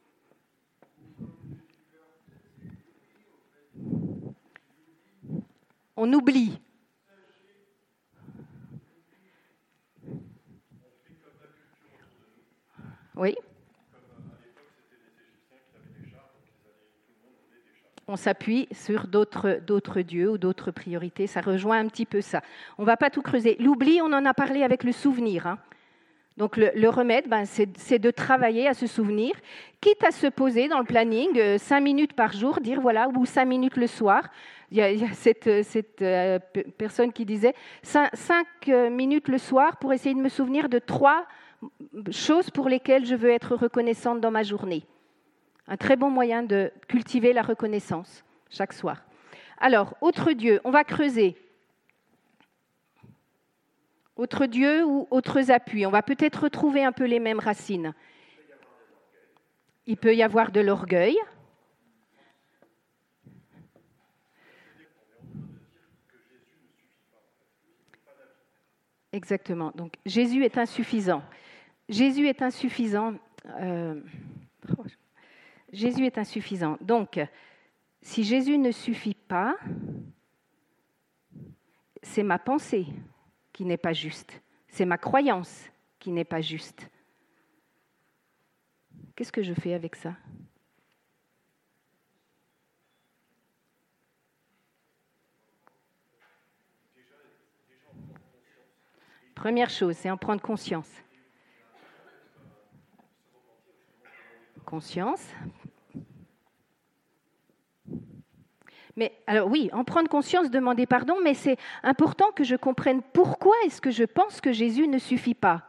On oublie. Oui. On s'appuie sur d'autres dieux ou d'autres priorités. Ça rejoint un petit peu ça. On ne va pas tout creuser. L'oubli, on en a parlé avec le souvenir. Hein. Donc le remède, c'est de travailler à se souvenir, quitte à se poser dans le planning 5 minutes par jour, dire voilà, ou 5 minutes le soir. Il y a cette personne qui disait 5 minutes le soir pour essayer de me souvenir de 3 choses pour lesquelles je veux être reconnaissante dans ma journée. Un très bon moyen de cultiver la reconnaissance chaque soir. Alors, autre Dieu, on va creuser. Autres dieux ou autres appuis. On va peut-être retrouver un peu les mêmes racines. Il peut y avoir de l'orgueil. Exactement. Donc, Jésus est insuffisant. Jésus est insuffisant. Jésus est insuffisant. Donc, si Jésus ne suffit pas, c'est ma pensée qui n'est pas juste. C'est ma croyance qui n'est pas juste. Qu'est-ce que je fais avec ça ? Première chose, c'est en prendre conscience. Conscience. Mais alors oui, en prendre conscience, demander pardon, mais c'est important que je comprenne pourquoi est-ce que je pense que Jésus ne suffit pas.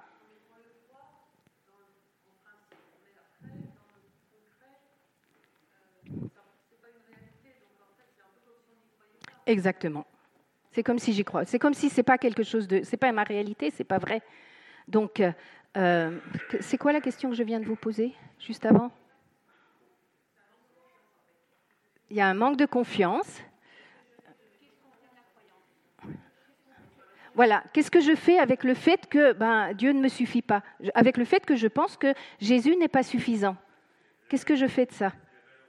Exactement. C'est comme si j'y crois. C'est comme si c'est pas quelque chose de, c'est pas ma réalité, c'est pas vrai. Donc, c'est quoi la question que je viens de vous poser juste avant ? Il y a un manque de confiance. Voilà, qu'est-ce que je fais avec le fait que Dieu ne me suffit pas ? Avec le fait que je pense que Jésus n'est pas suffisant. Qu'est-ce que je fais de ça ?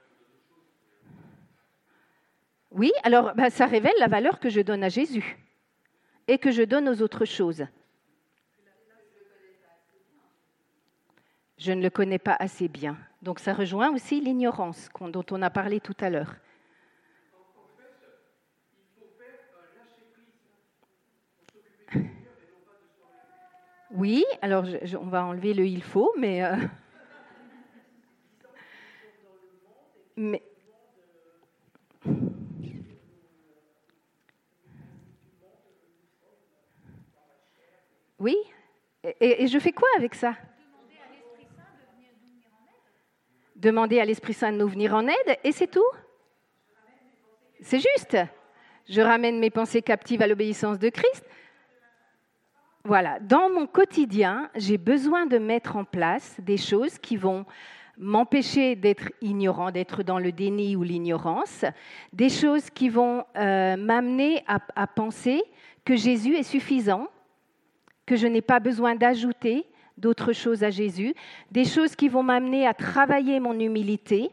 Oui, alors ça révèle la valeur que je donne à Jésus et que je donne aux autres choses. Je ne le connais pas assez bien. Donc ça rejoint aussi l'ignorance dont on a parlé tout à l'heure. Oui, alors on va enlever le « il faut », mais oui, et je fais quoi avec ça ? Demander à l'Esprit Saint de nous venir en aide, et c'est tout ? C'est juste. Je ramène mes pensées captives à l'obéissance de Christ. Voilà, dans mon quotidien, j'ai besoin de mettre en place des choses qui vont m'empêcher d'être ignorant, d'être dans le déni ou l'ignorance, des choses qui vont m'amener à penser que Jésus est suffisant, que je n'ai pas besoin d'ajouter d'autres choses à Jésus, des choses qui vont m'amener à travailler mon humilité.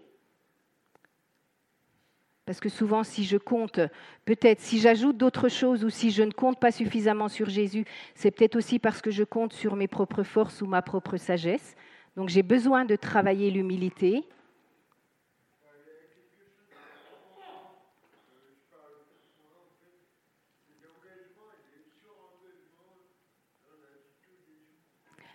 Parce que souvent, si je compte, peut-être si j'ajoute d'autres choses ou si je ne compte pas suffisamment sur Jésus, c'est peut-être aussi parce que je compte sur mes propres forces ou ma propre sagesse. Donc j'ai besoin de travailler l'humilité.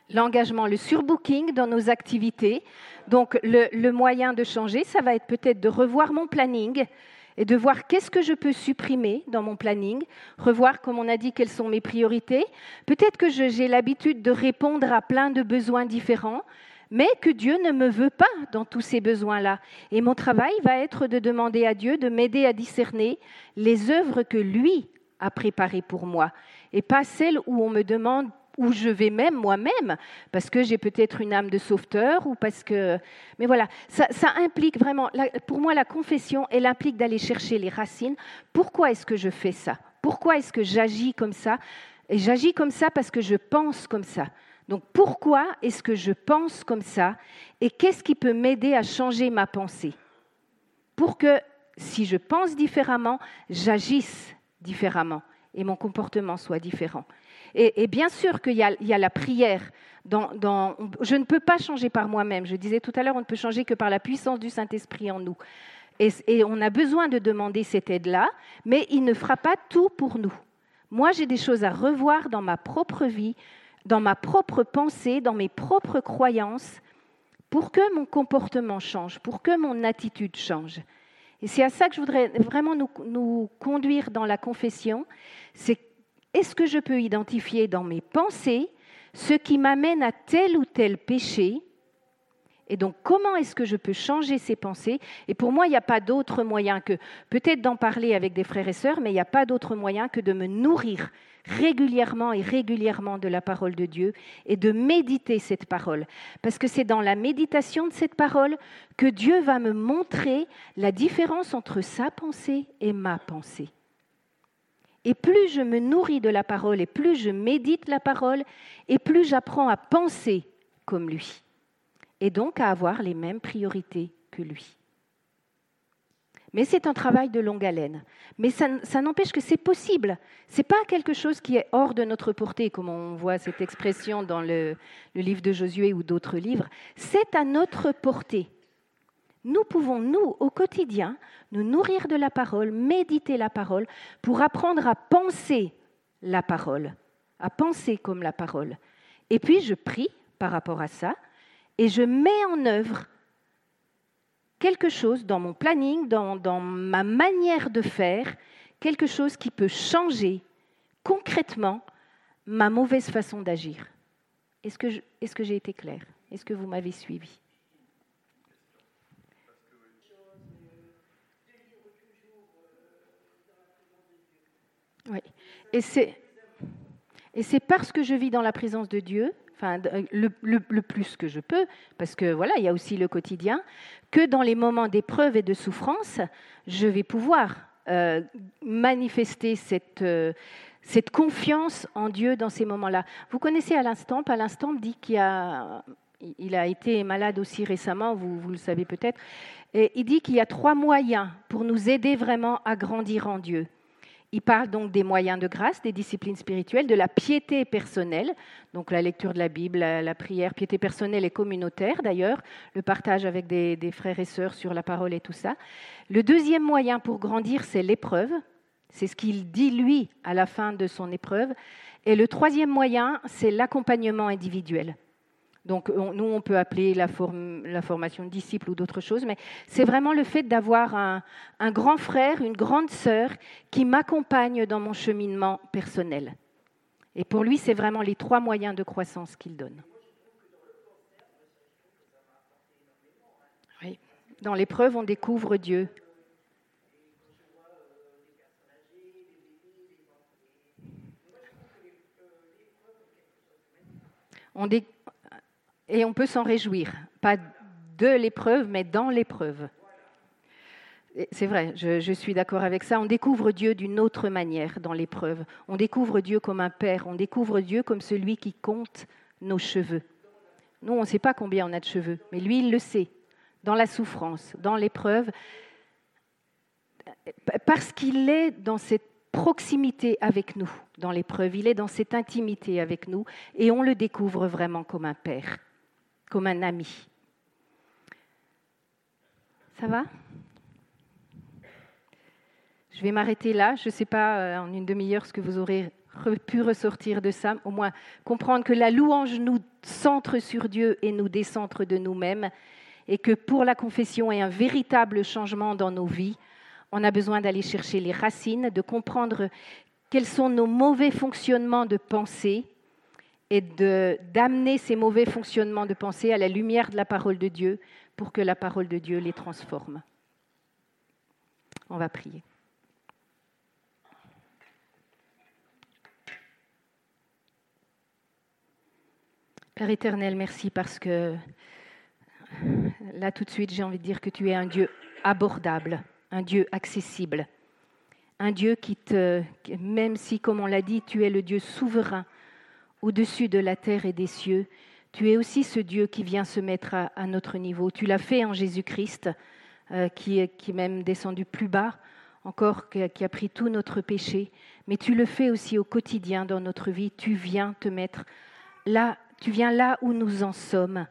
l'engagement, le surbooking dans nos activités. Donc, le moyen de changer, ça va être peut-être de revoir mon planning et de voir qu'est-ce que je peux supprimer dans mon planning, revoir, comme on a dit, quelles sont mes priorités. Peut-être que j'ai l'habitude de répondre à plein de besoins différents, mais que Dieu ne me veut pas dans tous ces besoins-là. Et mon travail va être de demander à Dieu de m'aider à discerner les œuvres que lui a préparées pour moi, et pas celles où on me demande où je vais même moi-même, parce que j'ai peut-être une âme de sauveteur, ou parce que... Mais voilà, ça implique vraiment, pour moi, la confession, elle implique d'aller chercher les racines. Pourquoi est-ce que je fais ça? Pourquoi est-ce que j'agis comme ça? Et j'agis comme ça parce que je pense comme ça. Donc pourquoi est-ce que je pense comme ça? Et qu'est-ce qui peut m'aider à changer ma pensée? Pour que, si je pense différemment, j'agisse différemment et mon comportement soit différent. Et bien sûr qu'il y a la prière. Je ne peux pas changer par moi-même. Je disais tout à l'heure, on ne peut changer que par la puissance du Saint-Esprit en nous. Et on a besoin de demander cette aide-là, mais il ne fera pas tout pour nous. Moi, j'ai des choses à revoir dans ma propre vie, dans ma propre pensée, dans mes propres croyances, pour que mon comportement change, pour que mon attitude change. Et c'est à ça que je voudrais vraiment nous conduire dans la confession. C'est est-ce que je peux identifier dans mes pensées ce qui m'amène à tel ou tel péché? Et donc, comment est-ce que je peux changer ces pensées? Et pour moi, il n'y a pas d'autre moyen que peut-être d'en parler avec des frères et sœurs, mais il n'y a pas d'autre moyen que de me nourrir régulièrement de la parole de Dieu et de méditer cette parole. Parce que c'est dans la méditation de cette parole que Dieu va me montrer la différence entre sa pensée et ma pensée. Et plus je me nourris de la parole et plus je médite la parole, et plus j'apprends à penser comme lui. Et donc à avoir les mêmes priorités que lui. Mais c'est un travail de longue haleine. Mais ça n'empêche que c'est possible. Ce n'est pas quelque chose qui est hors de notre portée, comme on voit cette expression dans le livre de Josué ou d'autres livres. C'est à notre portée. Nous pouvons, nous, au quotidien, nous nourrir de la parole, méditer la parole, pour apprendre à penser la parole, à penser comme la parole. Et puis je prie par rapport à ça, et je mets en œuvre quelque chose dans mon planning, dans ma manière de faire, quelque chose qui peut changer concrètement ma mauvaise façon d'agir. Est-ce que j'ai été claire? Est-ce que vous m'avez suivi? Oui. Et c'est parce que je vis dans la présence de Dieu, enfin, le plus que je peux, parce que voilà, il y a aussi le quotidien, que dans les moments d'épreuve et de souffrance, je vais pouvoir manifester cette confiance en Dieu dans ces moments-là. Vous connaissez Alain Stamp dit qu'il a été malade aussi récemment, vous le savez peut-être, et il dit qu'il y a 3 moyens pour nous aider vraiment à grandir en Dieu. Il parle donc des moyens de grâce, des disciplines spirituelles, de la piété personnelle, donc la lecture de la Bible, la prière, piété personnelle et communautaire d'ailleurs, le partage avec des frères et sœurs sur la parole et tout ça. Le deuxième moyen pour grandir, c'est l'épreuve. C'est ce qu'il dit, lui, à la fin de son épreuve. Et le troisième moyen, c'est l'accompagnement individuel. Donc, nous, on peut appeler la formation de disciples ou d'autres choses, mais c'est vraiment le fait d'avoir un grand frère, une grande sœur qui m'accompagne dans mon cheminement personnel. Et pour lui, c'est vraiment les 3 moyens de croissance qu'il donne. Oui. Dans l'épreuve, on découvre Dieu. Et on peut s'en réjouir, pas de l'épreuve, mais dans l'épreuve. C'est vrai, je suis d'accord avec ça. On découvre Dieu d'une autre manière dans l'épreuve. On découvre Dieu comme un père, on découvre Dieu comme celui qui compte nos cheveux. Nous, on ne sait pas combien on a de cheveux, mais lui, il le sait. Dans la souffrance, dans l'épreuve, parce qu'il est dans cette proximité avec nous, dans l'épreuve, il est dans cette intimité avec nous, et on le découvre vraiment comme un père, comme un ami. Ça va ? Je vais m'arrêter là. Je ne sais pas en une demi-heure ce que vous aurez pu ressortir de ça, au moins comprendre que la louange nous centre sur Dieu et nous décentre de nous-mêmes, et que pour la confession et un véritable changement dans nos vies, on a besoin d'aller chercher les racines, de comprendre quels sont nos mauvais fonctionnements de pensée et d'amener ces mauvais fonctionnements de pensée à la lumière de la parole de Dieu pour que la parole de Dieu les transforme. On va prier. Père éternel, merci parce que là tout de suite j'ai envie de dire que tu es un Dieu abordable, un Dieu accessible, un Dieu même si comme on l'a dit, tu es le Dieu souverain au-dessus de la terre et des cieux, tu es aussi ce Dieu qui vient se mettre à notre niveau. Tu l'as fait en Jésus-Christ, qui est même descendu plus bas, encore qui a pris tout notre péché, mais tu le fais aussi au quotidien dans notre vie. Tu viens te mettre là, tu viens là où nous en sommes,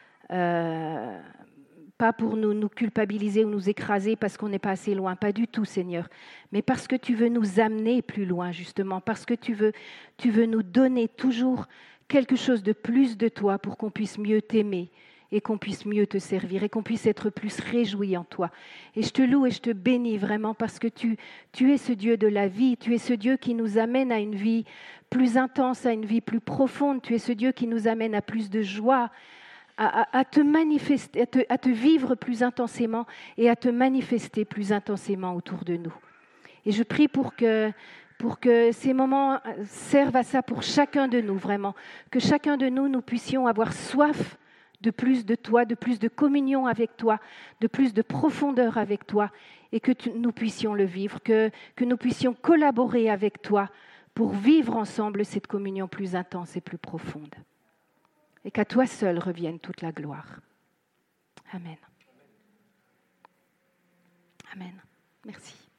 pas pour nous culpabiliser ou nous écraser parce qu'on n'est pas assez loin, pas du tout Seigneur, mais parce que tu veux nous amener plus loin justement, parce que tu veux nous donner toujours quelque chose de plus de toi pour qu'on puisse mieux t'aimer et qu'on puisse mieux te servir et qu'on puisse être plus réjouis en toi. Et je te loue et je te bénis vraiment parce que tu es ce Dieu de la vie, tu es ce Dieu qui nous amène à une vie plus intense, à une vie plus profonde, tu es ce Dieu qui nous amène à plus de joie, à te manifester, à te vivre plus intensément et à te manifester plus intensément autour de nous. Et je prie pour que ces moments servent à ça pour chacun de nous, vraiment. Que chacun de nous puissions avoir soif de plus de toi, de plus de communion avec toi, de plus de profondeur avec toi, et que nous puissions le vivre, que nous puissions collaborer avec toi pour vivre ensemble cette communion plus intense et plus profonde. Et qu'à toi seul revienne toute la gloire. Amen. Amen. Merci.